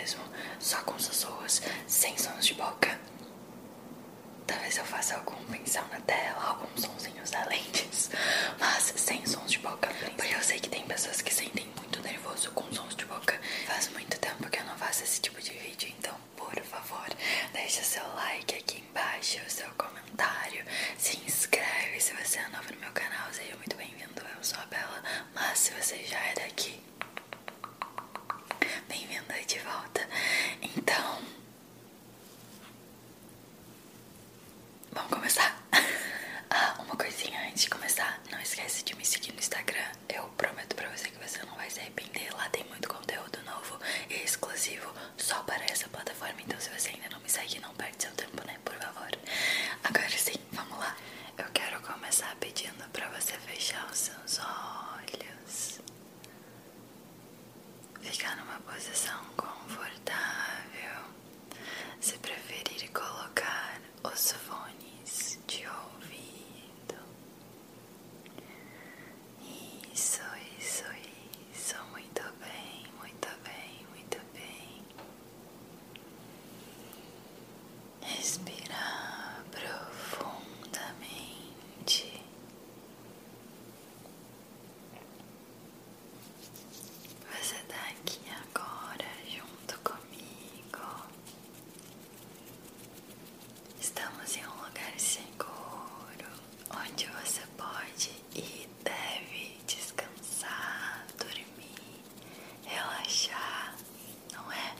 mesmo, só com sussurros, sem sons de boca. Talvez eu faça algum pincel na tela, alguns sonzinhos além disso, mas sem sons de boca. Porque eu sei que tem pessoas que sentem muito nervoso com sons de boca. Faz muito tempo que eu não faço esse tipo de vídeo, então por favor, deixa seu like aqui embaixo, o seu comentário, se inscreve se você é novo no meu canal, seja muito bem-vindo, eu sou a Bela. Mas se você já é daqui, bem-vindo aí de volta. Então, vamos começar? Uma coisinha antes de começar, não esquece de me seguir no Instagram. Eu prometo pra você que você não vai se arrepender. Lá tem muito conteúdo novo e exclusivo só para essa plataforma. Então se você ainda não me segue, não perde seu tempo, né? Por favor. Agora sim, vamos lá. Eu quero começar pedindo pra você fechar os seus olhos, ficar numa posição confortável. Se preferir, colocar os fones de ouvido. Isso, isso, isso. Muito bem, muito bem, muito bem. Respirar profundamente. Você tá aqui agora junto comigo. Estamos em um lugar seguro, onde você pode e deve descansar, dormir, relaxar, não é?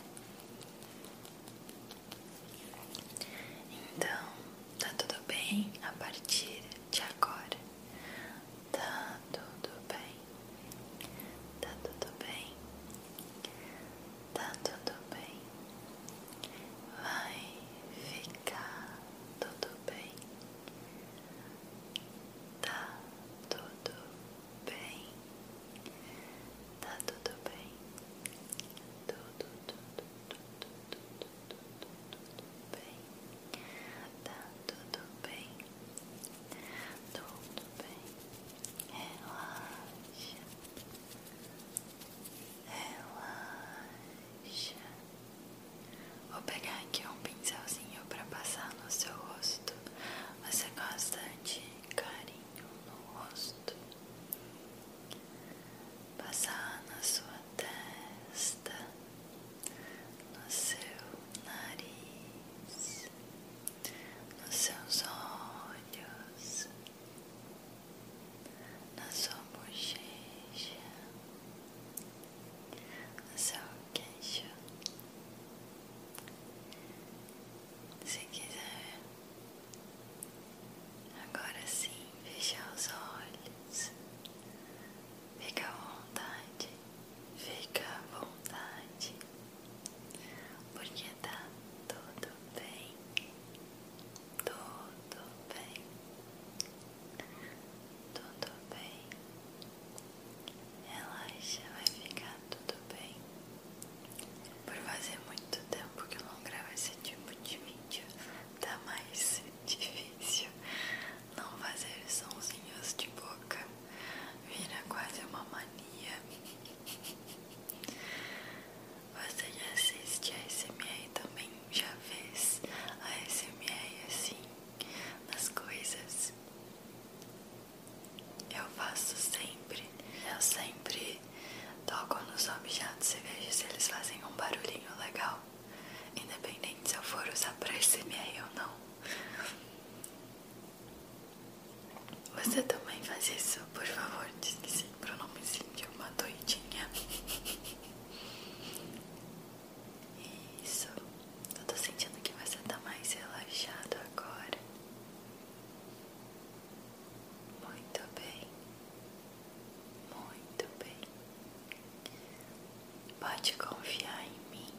Então, tá tudo bem a partir de agora. Tá tudo bem. Tá tudo bem. Tá tudo bem. Vai ficar tudo bem. Tá tudo bem. Tá tudo bem. Tudo bem. Tá tudo bem. Tudo bem. Relaxa. Relaxa. Vou pegar aqui um pincelzinho para passar no seu rosto. Você gosta de carinho no rosto? Passar na sua testa, no seu nariz, nos seus olhos, na sua bochecha, no seu queixo. Se quiser, agora sim, fechar os olhos. Fica à vontade, fica à vontade, porque tá tudo bem, tudo bem, tudo bem. Relaxa, vai ficar tudo bem. Por fazer muito tempo que eu não gravo esse tipo de vídeo, tá mais difícil não fazer sonzinhos de boca. Vira quase uma mania. Você que assiste a ASMR também já fez a ASMR assim nas coisas? Eu faço sempre. Eu sempre toco nos objetos e vejo se eles fazem um barulhinho legal, independente se eu for usar pra ASMR ou não. Você também faz isso? Por favor, diz que sim, pra eu não me sentir uma doidinha. Isso. Eu tô sentindo que você tá mais relaxado agora. Muito bem. Muito bem. Pode confiar em mim.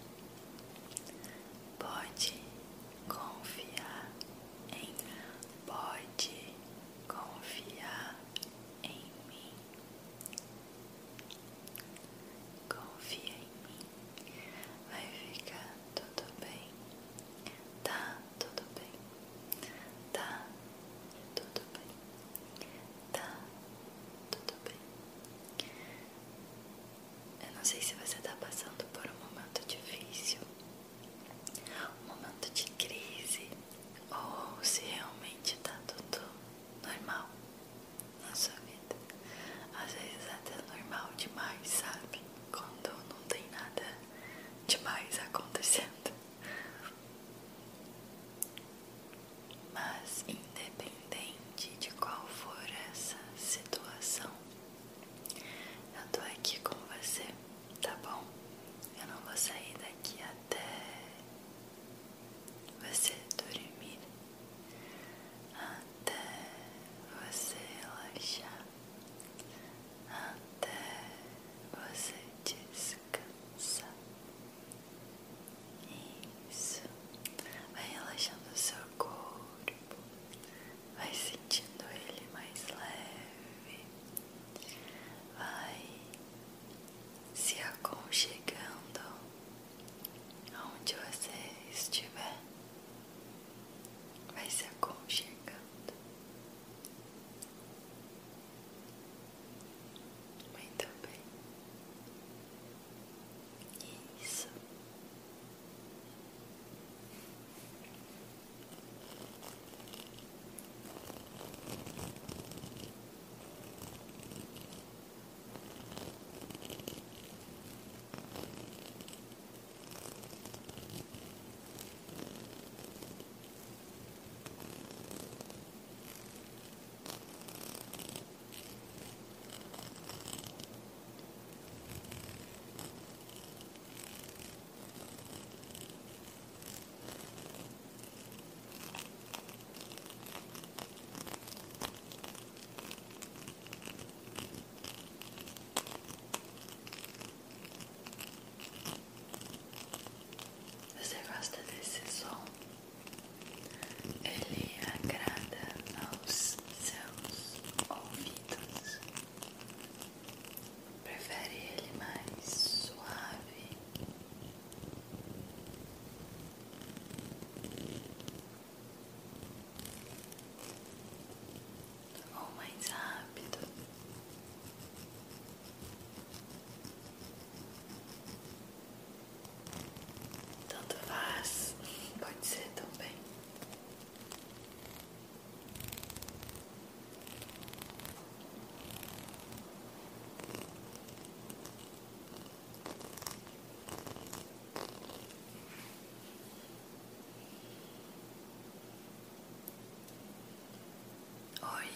Pode confiar em mim. Pode confiar em mim. Confia em mim. Vai ficar tudo bem. Tá tudo bem. Tá tudo bem. Tá tudo bem. Eu não sei se você tá passando por um momento difícil.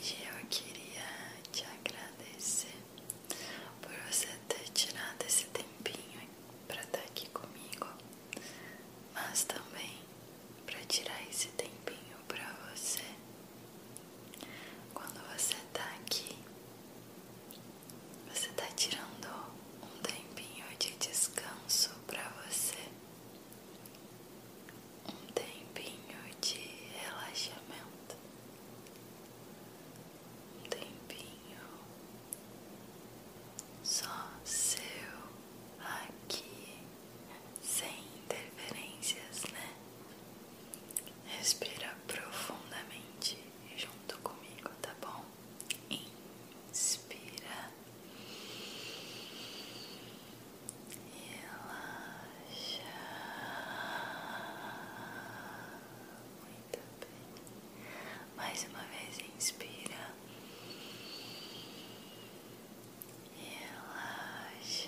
hoje eu queria te agradecer por você ter tirado esse tempinho para estar aqui comigo, mas também para tirar esse tempinho para você. Quando você tá aqui, você tá tirando um tempinho de descanso para você, um tempinho de relaxamento, um tempinho só seu aqui, sem interferências, né? Respira profundamente junto comigo, tá bom? Inspira e relaxa. Muito bem. Mais uma vez, inspira e relaxa.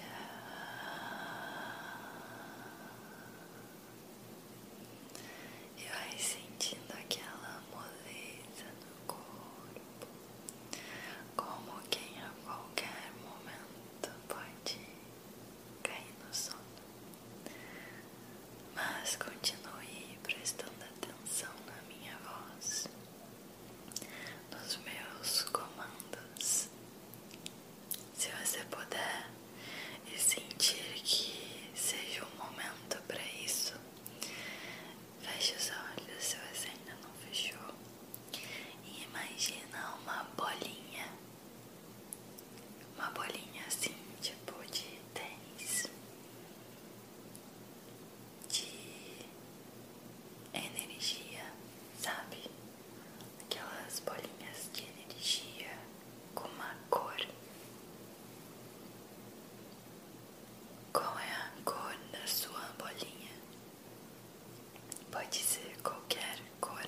E vai sentindo aquela moleza no corpo, como quem a qualquer momento pode cair no sono. Mas continue prestando atenção na minha voz, nos meus comandos. Se você puder e sentir que seja o momento para isso, feche os olhos se você ainda não fechou e imagina uma bolinha assim, tipo de tênis, de energia, sabe? Aquelas bolinhas de energia com uma cor. Qual é a cor da sua bolinha? Pode ser qualquer cor.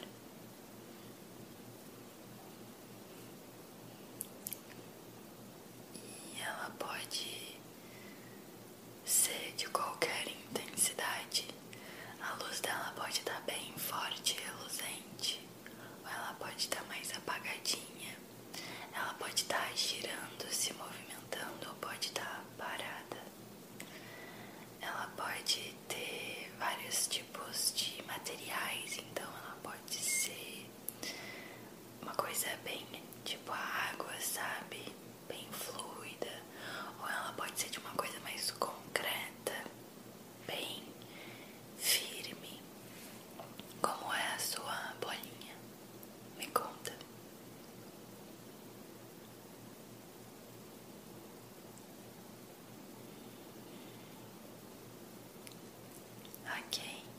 E ela pode ser de qualquer intensidade. A luz dela pode estar bem forte e reluzente, ou ela pode estar mais apagadinha. Ela pode estar girando, se movimentando, ou pode estar parada. Ela pode ter vários tipos de materiais, então ela pode ser uma coisa bem tipo a água, sabe? Bem fluida. Ou ela pode ser de uma coisa mais concreta, bem firme. Como é a sua bolinha? Me conta. Ok.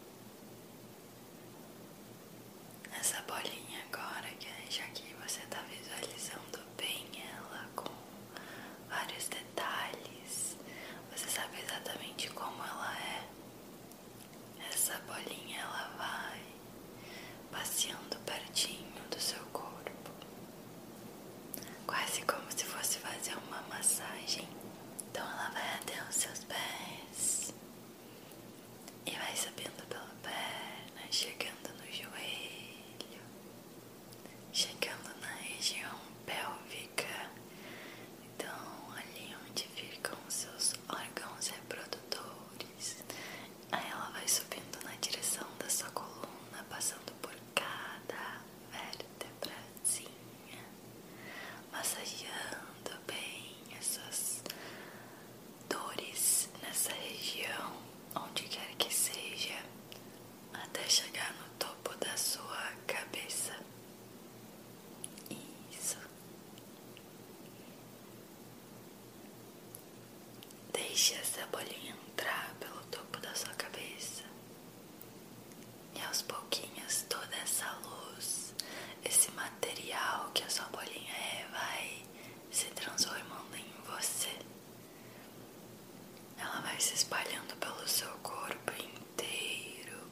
Essa bolinha agora, já que você está visualizando bem ela com vários detalhes, você sabe exatamente como ela é. Essa bolinha ela vai passeando pertinho do seu corpo, quase como se fosse fazer uma massagem. Então ela vai até os seus pés e vai subindo pela perna, chegando no joelho, chegando na região pélvica, então ali onde ficam os seus órgãos reprodutores. Aí ela vai subindo na direção da sua coluna, passando por cada vértebrazinha, massageando bem essas dores nessa região, onde quer que seja, até chegar no topo da sua cabeça. Isso. Deixe essa bolinha entrar pelo topo da sua cabeça. E aos pouquinhos toda essa luz, esse material que a sua bolinha é, vai se transformando em você. Ela vai se espalhando pelo seu corpo inteiro,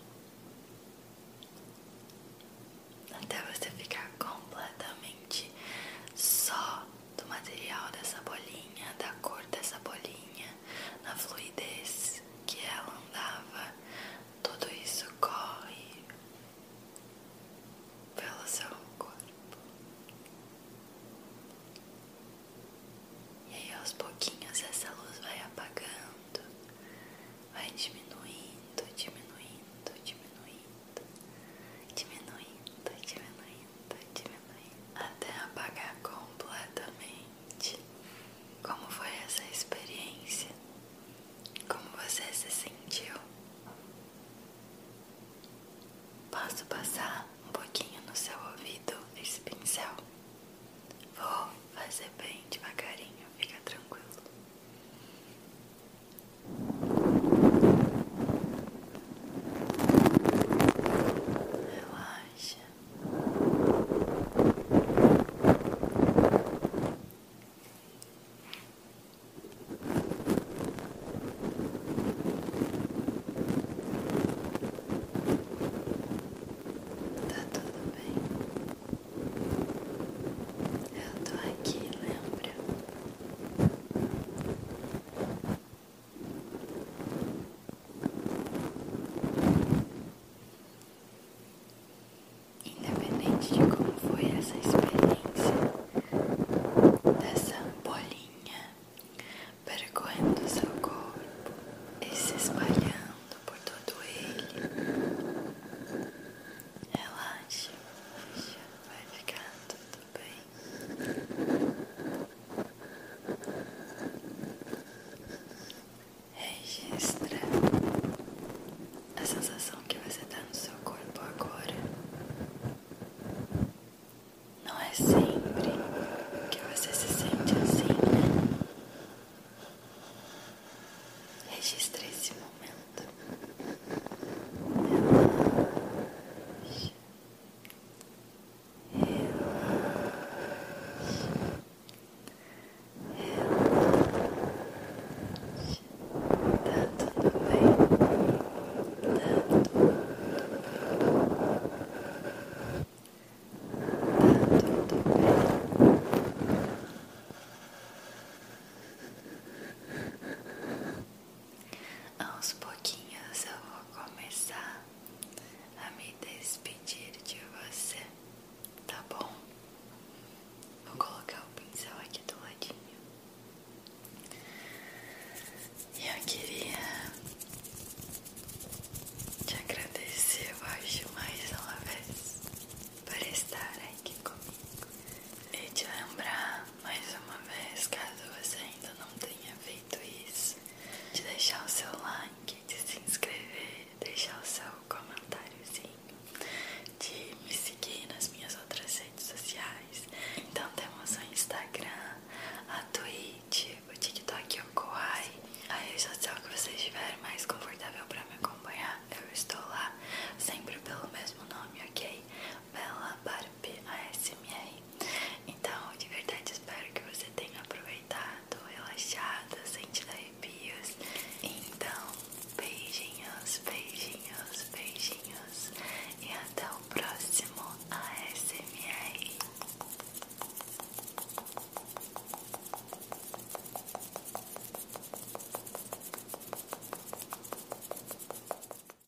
até você ficar completamente só do material dessa bolinha, da cor dessa bolinha, na fluidez que ela andava. Tudo isso corre pelo seu corpo. aos pouquinhos essa luz vai apagando, vai diminuindo, diminuindo, diminuindo, diminuindo, diminuindo, diminuindo, até apagar completamente. Como foi essa experiência? Como você se sentiu? Posso passar um pouquinho no seu ouvido esse pincel? Vou fazer bem devagarinho, fica tranquilo. Relaxa. Tá tudo bem. Eu tô aqui, lembra? Independente de como foi essa experiência, dessa bolinha percorrendo seu corpo e se espalhando por todo ele, relaxa, vai ficar tudo bem. Registra a sensação que você tá no seu corpo agora. Não é sempre que você se sente assim, né? Registra